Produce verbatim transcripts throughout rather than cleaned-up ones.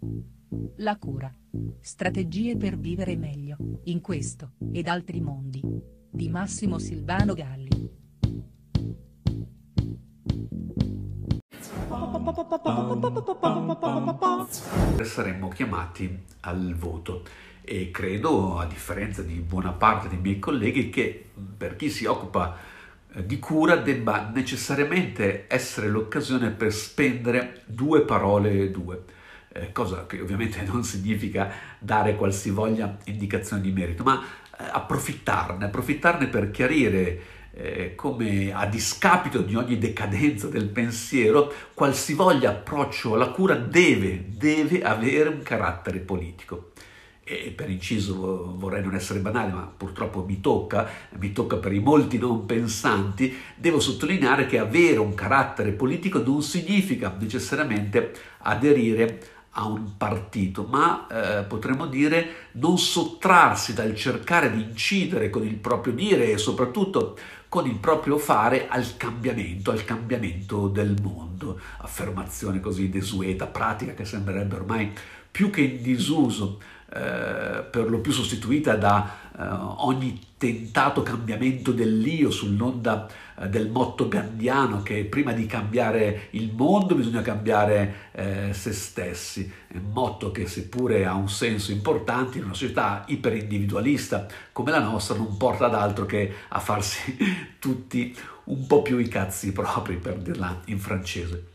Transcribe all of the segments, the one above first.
La cura. Strategie per vivere meglio, in questo, ed altri mondi. Di Massimo Silvano Galli. Saremmo chiamati al voto e credo, a differenza di buona parte dei miei colleghi, che per chi si occupa di cura debba necessariamente essere l'occasione per spendere due parole due, eh, cosa che ovviamente non significa dare qualsivoglia indicazione di merito, ma eh, approfittarne, approfittarne per chiarire eh, come, a discapito di ogni decadenza del pensiero, qualsivoglia approccio alla cura deve, deve avere un carattere politico. E per inciso vorrei non essere banale, ma purtroppo mi tocca, mi tocca per i molti non pensanti, devo sottolineare che avere un carattere politico non significa necessariamente aderire a un partito, ma eh, potremmo dire non sottrarsi dal cercare di incidere con il proprio dire e soprattutto con il proprio fare al cambiamento, al cambiamento del mondo. Affermazione così desueta, pratica, che sembrerebbe ormai più che in disuso, eh, per lo più sostituita da eh, ogni tentato cambiamento dell'io sull'onda eh, del motto gandhiano che prima di cambiare il mondo bisogna cambiare eh, se stessi, è un motto che seppure ha un senso importante in una società iperindividualista come la nostra non porta ad altro che a farsi tutti un po' più i cazzi propri, per dirla in francese.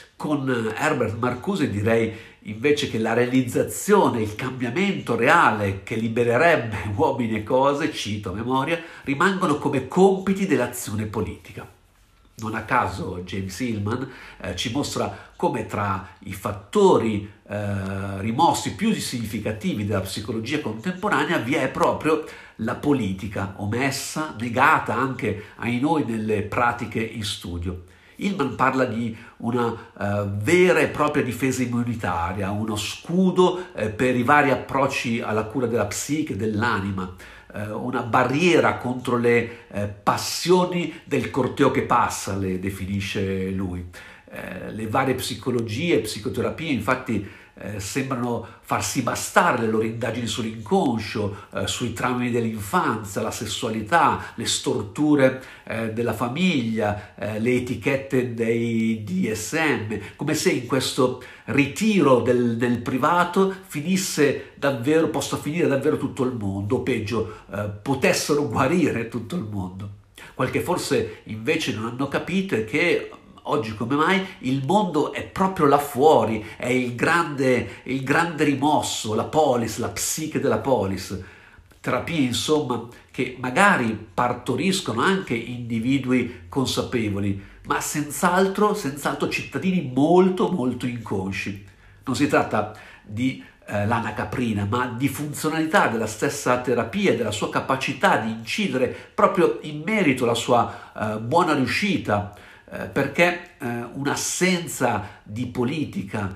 Con Herbert Marcuse direi invece che la realizzazione, il cambiamento reale che libererebbe uomini e cose, cito a memoria, rimangono come compiti dell'azione politica. Non a caso James Hillman eh, ci mostra come tra i fattori eh, rimossi più significativi della psicologia contemporanea vi è proprio la politica, omessa, negata anche ai noi nelle pratiche in studio. Hillman parla di una uh, vera e propria difesa immunitaria, uno scudo eh, per i vari approcci alla cura della psiche, dell'anima, eh, una barriera contro le eh, passioni del corteo che passa, le definisce lui. Eh, le varie psicologie e psicoterapie infatti Eh, sembrano farsi bastare le loro indagini sull'inconscio, eh, sui traumi dell'infanzia, la sessualità, le storture eh, della famiglia, eh, le etichette dei D S M, come se in questo ritiro del, del privato finisse davvero, possa finire davvero tutto il mondo, o peggio, eh, potessero guarire tutto il mondo. Quel che forse invece non hanno capito è che oggi come mai il mondo è proprio là fuori, è il grande, il grande rimosso, la polis, la psiche della polis. Terapie insomma che magari partoriscono anche individui consapevoli, ma senz'altro, senz'altro cittadini molto molto inconsci. Non si tratta di eh, lana caprina, ma di funzionalità della stessa terapia, della sua capacità di incidere proprio in merito alla sua eh, buona riuscita, perché eh, un'assenza di politica,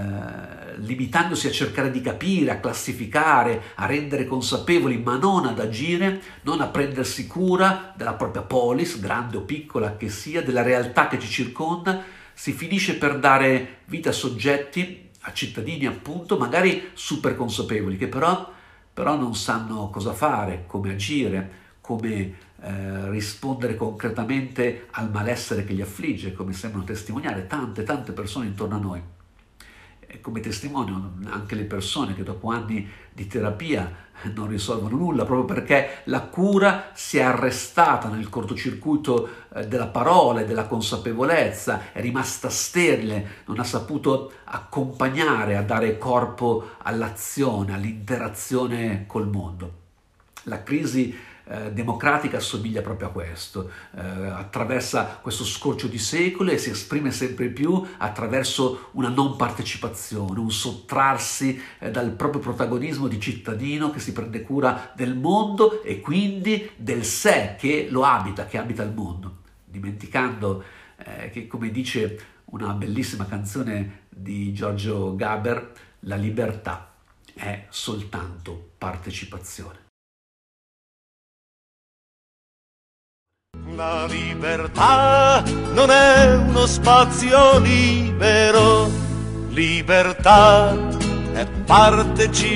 eh, limitandosi a cercare di capire, a classificare, a rendere consapevoli, ma non ad agire, non a prendersi cura della propria polis, grande o piccola che sia, della realtà che ci circonda, si finisce per dare vita a soggetti, a cittadini appunto, magari super consapevoli, che però, però non sanno cosa fare, come agire, come eh, rispondere concretamente al malessere che li affligge, come sembrano testimoniare tante tante persone intorno a noi. E come testimoniano anche le persone che dopo anni di terapia non risolvono nulla, proprio perché la cura si è arrestata nel cortocircuito eh, della parola e della consapevolezza, è rimasta sterile, non ha saputo accompagnare, a dare corpo all'azione, all'interazione col mondo. La crisi Eh, democratica assomiglia proprio a questo, eh, attraversa questo scorcio di secoli e si esprime sempre più attraverso una non partecipazione, un sottrarsi eh, dal proprio protagonismo di cittadino che si prende cura del mondo e quindi del sé che lo abita, che abita il mondo, dimenticando eh, che, come dice una bellissima canzone di Giorgio Gaber, la libertà è soltanto partecipazione. La libertà non è uno spazio libero, libertà partecipazione.